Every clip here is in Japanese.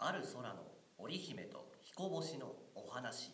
ある空の織姫と彦星のお話。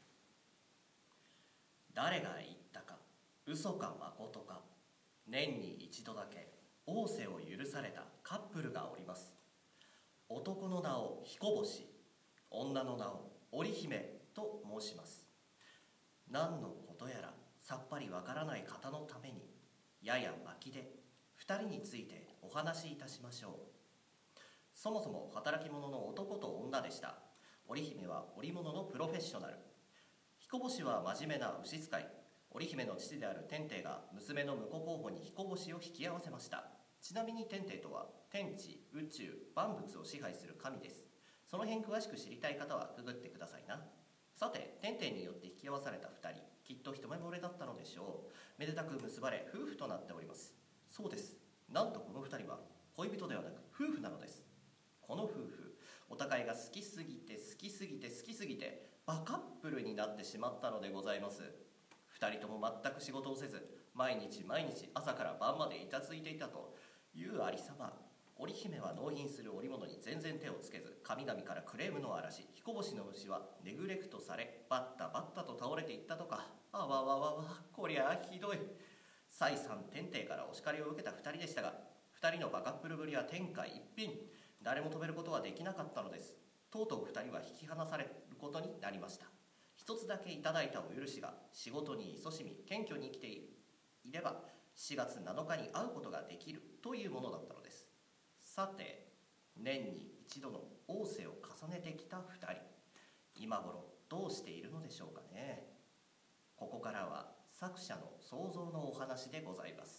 誰が言ったか、嘘かまことか、年に一度だけ仰せを許されたカップルがおります。男の名を彦星、女の名を織姫と申します。何のことやらさっぱりわからない方のために、やや巻きで2人についてお話しいたしましょう。そもそも働き者の男と女でした。織姫は織物のプロフェッショナル、彦星は真面目な牛使い。織姫の父である天帝が娘の婿候補に彦星を引き合わせました。ちなみに天帝とは天地、宇宙、万物を支配する神です。その辺詳しく知りたい方はググってくださいな。さて、天帝によって引き合わされた2人、きっと一目惚れだったのでしょう。めでたく結ばれ夫婦となっております。そうです、なんとこの2人は恋人ではなく夫婦なのです。この夫婦、お互いが好きすぎて好きすぎて好きすぎてバカップルになってしまったのでございます。2人とも全く仕事をせず、毎日毎日朝から晩までいたついていたというありさま。織姫は納品する織物に全然手をつけず、神々からクレームの嵐。彦星の牛はネグレクトされ、バッタバッタと倒れていったとか。あわわわわ、こりゃあひどい。再三天帝からお叱りを受けた2人でしたが、2人のバカップルぶりは天下一品。誰も止めることはできなかったのです。とうとう2人は引き離されることになりました。一つだけいただいたお許しが、仕事に勤しみ謙虚に生きていれば4月7日に会うことができるというものだったのです。さて、年に一度の仰せを重ねてきた2人、今頃どうしているのでしょうかね。ここからは作者の想像のお話でございます。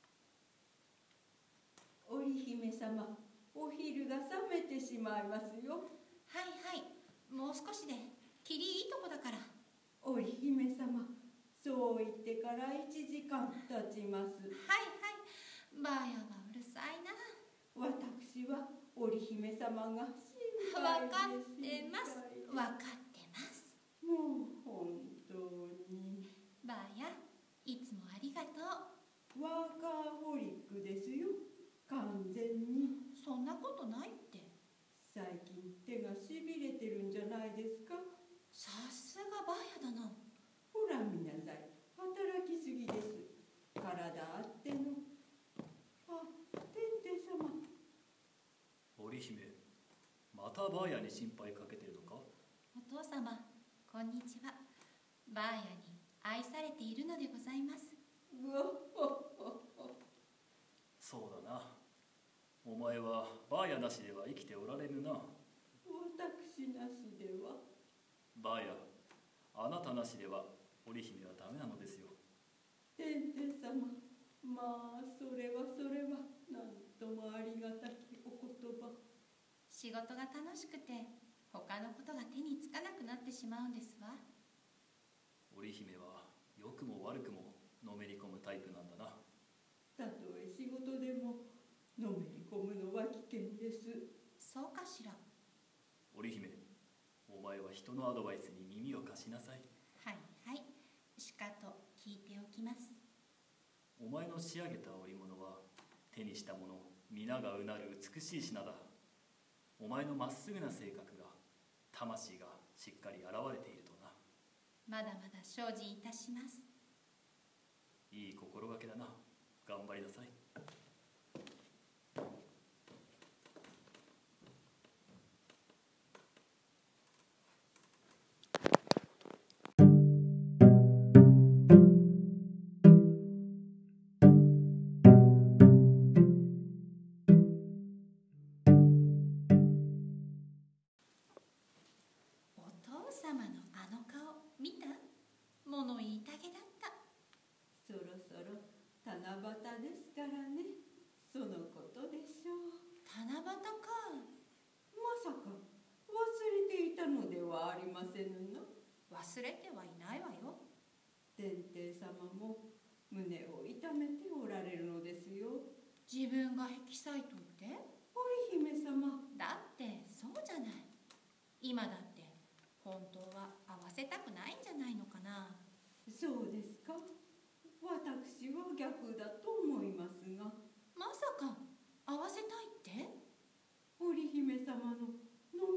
織姫様、お昼が冷めてしまいますよ。 はいはい、もう少しできりいいとこだから。 織姫様、そう言ってから1時間経ちます。 はいはい、ばあやはうるさいな。 私は織姫様が心分か配ってます、分かってます。 もう本当に。 ばあや、いつもありがとう。 ワーカーホリックですよ、完全に。 そんなことないって。 最近手がしびれてるんじゃないですか。 さすがばあやだな。 ほら見なさい、働きすぎです。体あっての。あ、天帝様。 織姫、またばあやに心配かけてるのか。 お父様、こんにちは。ばあやに愛されているのでございます。 うわほほほ。 そうだな、お前はばあやなしでは生きておられぬな。 私なしでは。 ばあや、あなたなしでは織姫はダメなのですよ。 天帝様、まあそれはなんともありがたきお言葉。 仕事が楽しくて他のことが手につかなくなってしまうんですわ。 織姫は良くも悪くものめり込むタイプなんだな。 たとえ仕事でものめり込むのは危険です。 そうかしら。 織姫、お前は人のアドバイスに耳を貸しなさい。 はいはい、しかと聞いておきます。 お前の仕上げた織物は手にしたもの皆がうなる美しい品だ。お前のまっすぐな性格が、魂がしっかり現れているとな。 まだまだ精進いたします。 いい心がけだな。頑張りなさい。 お父様のあの顔見た？物言いたげだった。 そろそろ七夕ですからね。そのことでしょう。 七夕か。 まさか忘れていたのではありませぬの。 忘れてはいないわよ。 天帝様も胸を痛めておられるのですよ。 自分が引き裂いといて。 織姫様。 だってそうじゃない。今だって本当は会わせたくないんじゃないのかな。 そうですか。私は逆だと思いますが。 まさか会わせたいって？ 織姫様のの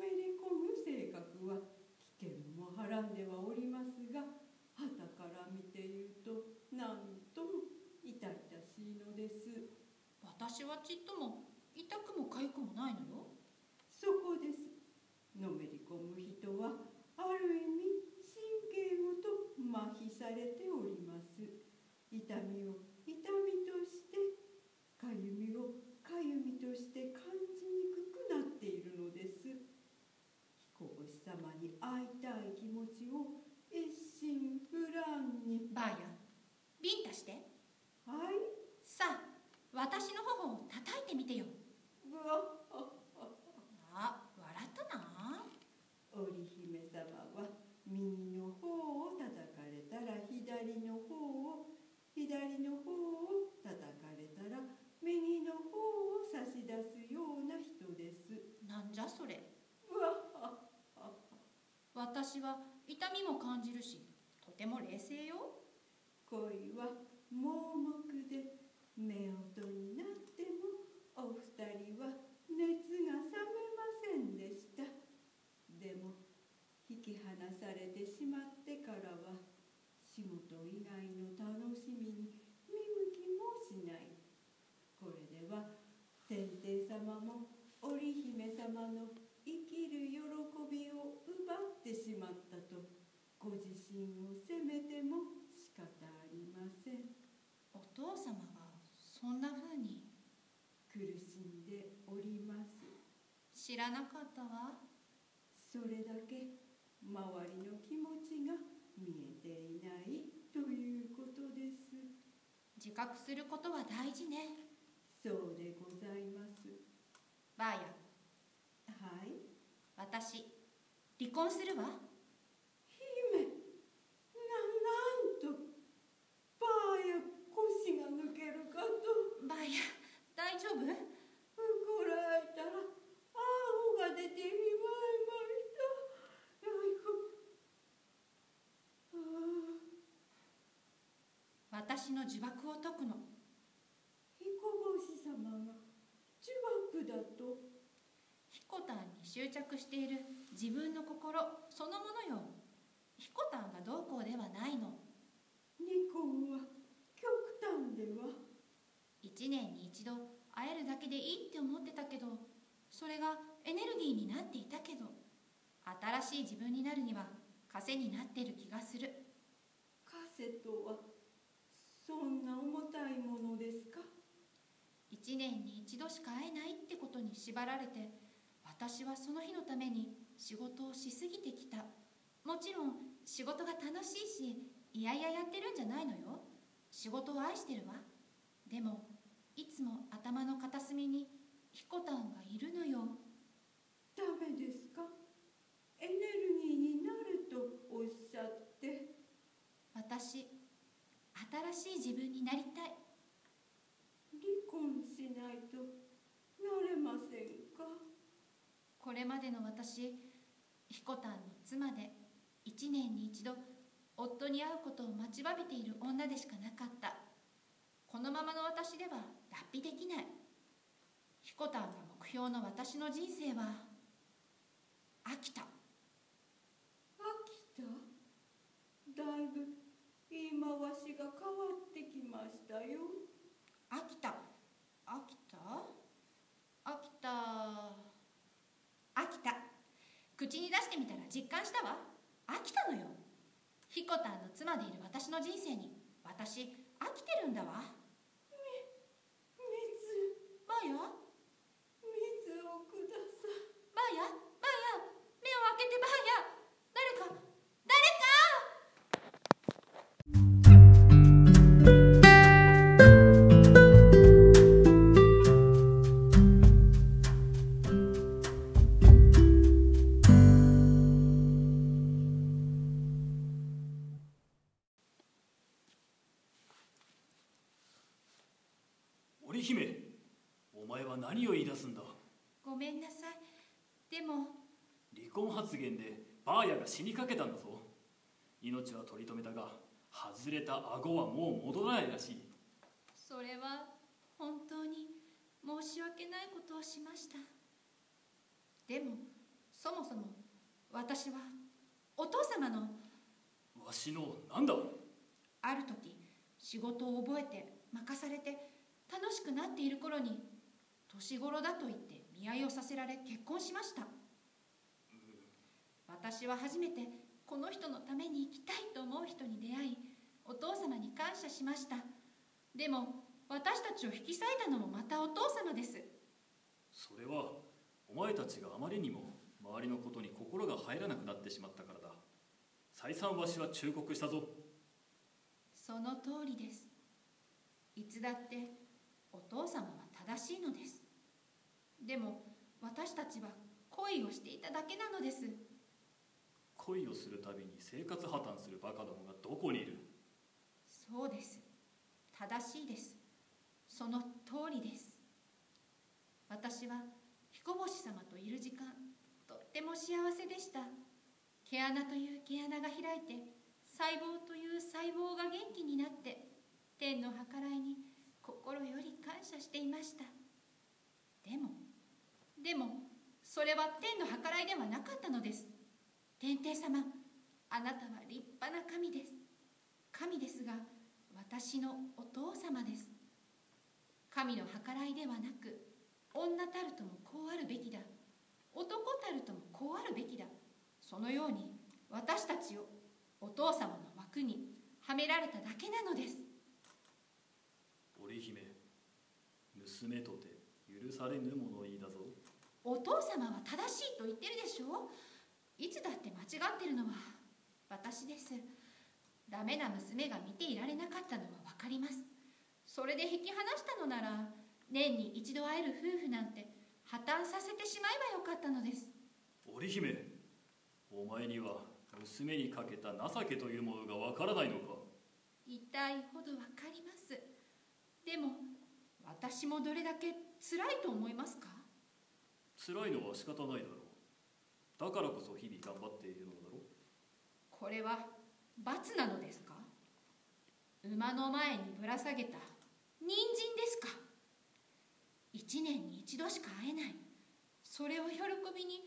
様に会いたい気持ちを一心不乱に。 ばあや、ビンタして。 はい。 さあ、私の頬を叩いてみてよ。 うわあ、笑ったな。 織姫様は右の方を叩かれたら左の方を、左の方を叩かれたら右の方を差し出すような人です。 なんじゃそれ。 うわ私は痛みも感じるし、とても冷静よ。 恋は盲目で、夫婦になってもお二人は熱が冷めませんでした。でも引き離されてしまってからは仕事以外の楽しみに見向きもしない。これでは天帝様も織姫様の生きる喜びを奪ってしまったとご自身を責めても仕方ありません。 お父様がそんな風に。 苦しんでおります。 知らなかったわ。 それだけ周りの気持ちが見えていないということです。 自覚することは大事ね。 そうでございます。 ばあや。 はい。 私、離婚するわ。 姫、なんと、ばあや腰が抜けるかと。 ばあや、大丈夫？ こらえたら青が出てみまいました。 私の呪縛を解くの。 彦星様が呪縛だと。 彦丹に執着している自分の心そのものよ。彦丹がどうこうではないの。 離婚は極端では。 1年に1度会えるだけでいいって思ってたけど、それがエネルギーになっていたけど、新しい自分になるには枷になってる気がする。 枷とはそんな重たいものですか ？1年に1度しか会えないってことに縛られて、私はその日のために仕事をしすぎてきた。もちろん仕事が楽しいし、いやいややってるんじゃないのよ。仕事を愛してるわ。でもいつも頭の片隅に彦丹がいるのよ。 ダメですか？エネルギーになるとおっしゃって。 私、新しい自分になりたい。 離婚しないとなれませんか？ これまでの私、彦丹の妻で1年に1度夫に会うことを待ちわびている女でしかなかった。このままの私では脱皮できない。彦丹が目標の私の人生は飽きた。 飽きた？だいぶ言い回しが変わってきましたよ。 飽きた。飽きた？飽きた。飽きた。口に出してみたら実感したわ。飽きたのよ。彦丹の妻でいる私の人生に私飽きてるんだわ。 水。 ばあや？ 水をください。 ばあや？ばあや、目を開けてばあや。誰か、誰か！ 織姫、お前は何を言い出すんだ？ ごめんなさい。でも離婚発言でばあやが死にかけたんだぞ。命は取り留めたが、外れた顎はもう戻らないらしい。 それは本当に申し訳ないことをしました。でもそもそも私はお父様の。 わしのなんだ？ ある時仕事を覚えて任されて楽しくなっている頃に、年頃だと言って見合いをさせられ結婚しました。私は初めてこの人のために生きたいと思う人に出会い、お父様に感謝しました。でも私たちを引き裂いたのもまたお父様です。 それはお前たちがあまりにも周りのことに心が帰らなくなってしまったからだ。再三わしは忠告したぞ。 その通りです。いつだってお父様は正しいのです。でも私たちは恋をしていただけなのです。 恋をするたびに生活破綻するバカどもがどこにいる。 そうです。正しいです。その通りです。私は彦星様といる時間、とっても幸せでした。毛穴という毛穴が開いて、細胞という細胞が元気になって、天の計らいに心より感謝していました。でも、それは天の計らいではなかったのです。天帝様、あなたは立派な神です。神ですが、私のお父様です。神の計らいではなく、女たるともこうあるべきだ。男たるともこうあるべきだ。そのように私たちをお父様の枠にはめられただけなのです。 織姫、娘とて許されぬ物言いだぞ。 お父様は正しいと言ってるでしょう。いつだって間違ってるのは私です。ダメな娘が見ていられなかったのは分かります。それで引き離したのなら、年に一度会える夫婦なんて破綻させてしまえばよかったのです。 織姫、お前には娘にかけた情けというものがわからないのか。 痛いほどわかります。でも私もどれだけ辛いと思いますか。 辛いのは仕方ないだろう。だからこそ日々頑張っているのだろう。 これは罰なのですか。馬の前にぶら下げた人参ですか。一年に一度しか会えない、それを喜びに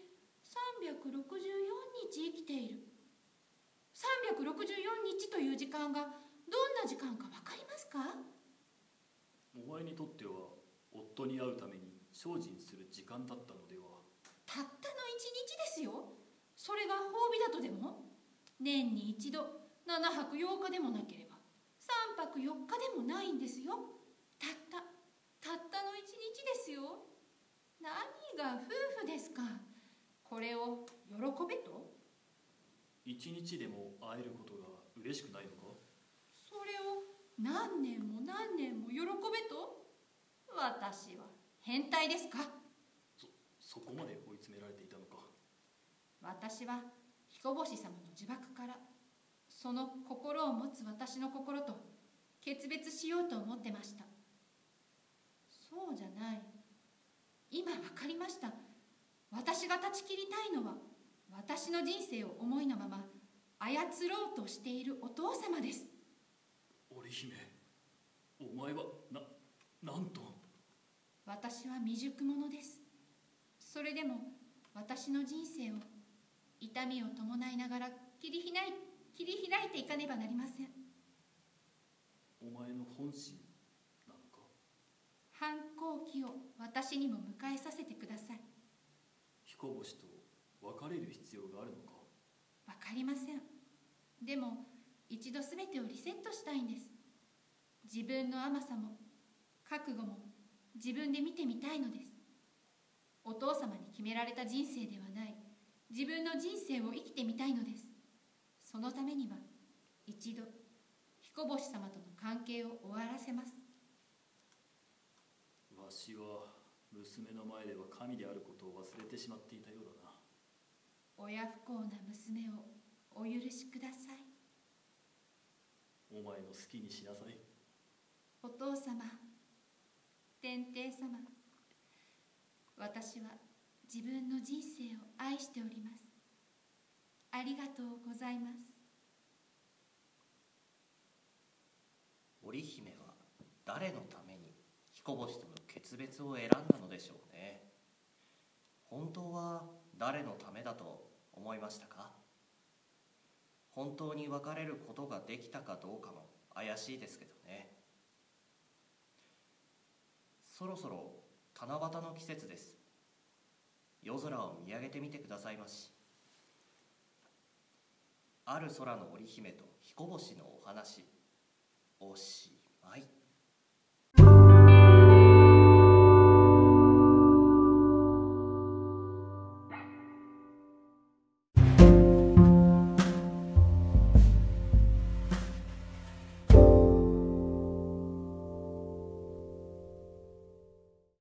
364日生きている。364日という時間がどんな時間か分かりますか。 お前にとっては夫に会うために精進する時間だったのでは。 たったの一日ですよ。それが褒美だとでも。年に一度7泊8日でもなければ3泊4日でもないんですよ。たったの一日ですよ。何が夫婦ですか。これを喜べと。 一日でも会えることが嬉しくないのか。 それを何年も何年も喜べと。私は変態ですか。 そこまで追い詰められていたのか。 私は彦星様の呪縛から、その心を持つ私の心と決別しようと思ってました。そうじゃない。今分かりました。私が断ち切りたいのは、私の人生を思いのまま操ろうとしているお父様です。 織姫、お前はなんと。 私は未熟者です。それでも私の人生を痛みを伴いながら切り開いていかねばなりません。 お前の本心なのか。 反抗期を私にも迎えさせてください。 彦星と別れる必要があるのか。 わかりません。でも一度全てをリセットしたいんです。自分の甘さも覚悟も自分で見てみたいのです。お父様に決められた人生ではない自分の人生を生きてみたいのです。そのためには一度彦星様との関係を終わらせます。 わしは娘の前では神であることを忘れてしまっていたようだな。 親不幸な娘をお許しください。 お前の好きにしなさい。 お父様、天帝様、私は自分の人生を愛しております。ありがとうございます。 織姫は誰のために彦星との決別を選んだのでしょうね。本当は誰のためだと思いましたか。本当に別れることができたかどうかも怪しいですけどね。そろそろ七夕の季節です。夜空を見上げてみてくださいまし。ある空の織姫と彦星のお話、おしまい。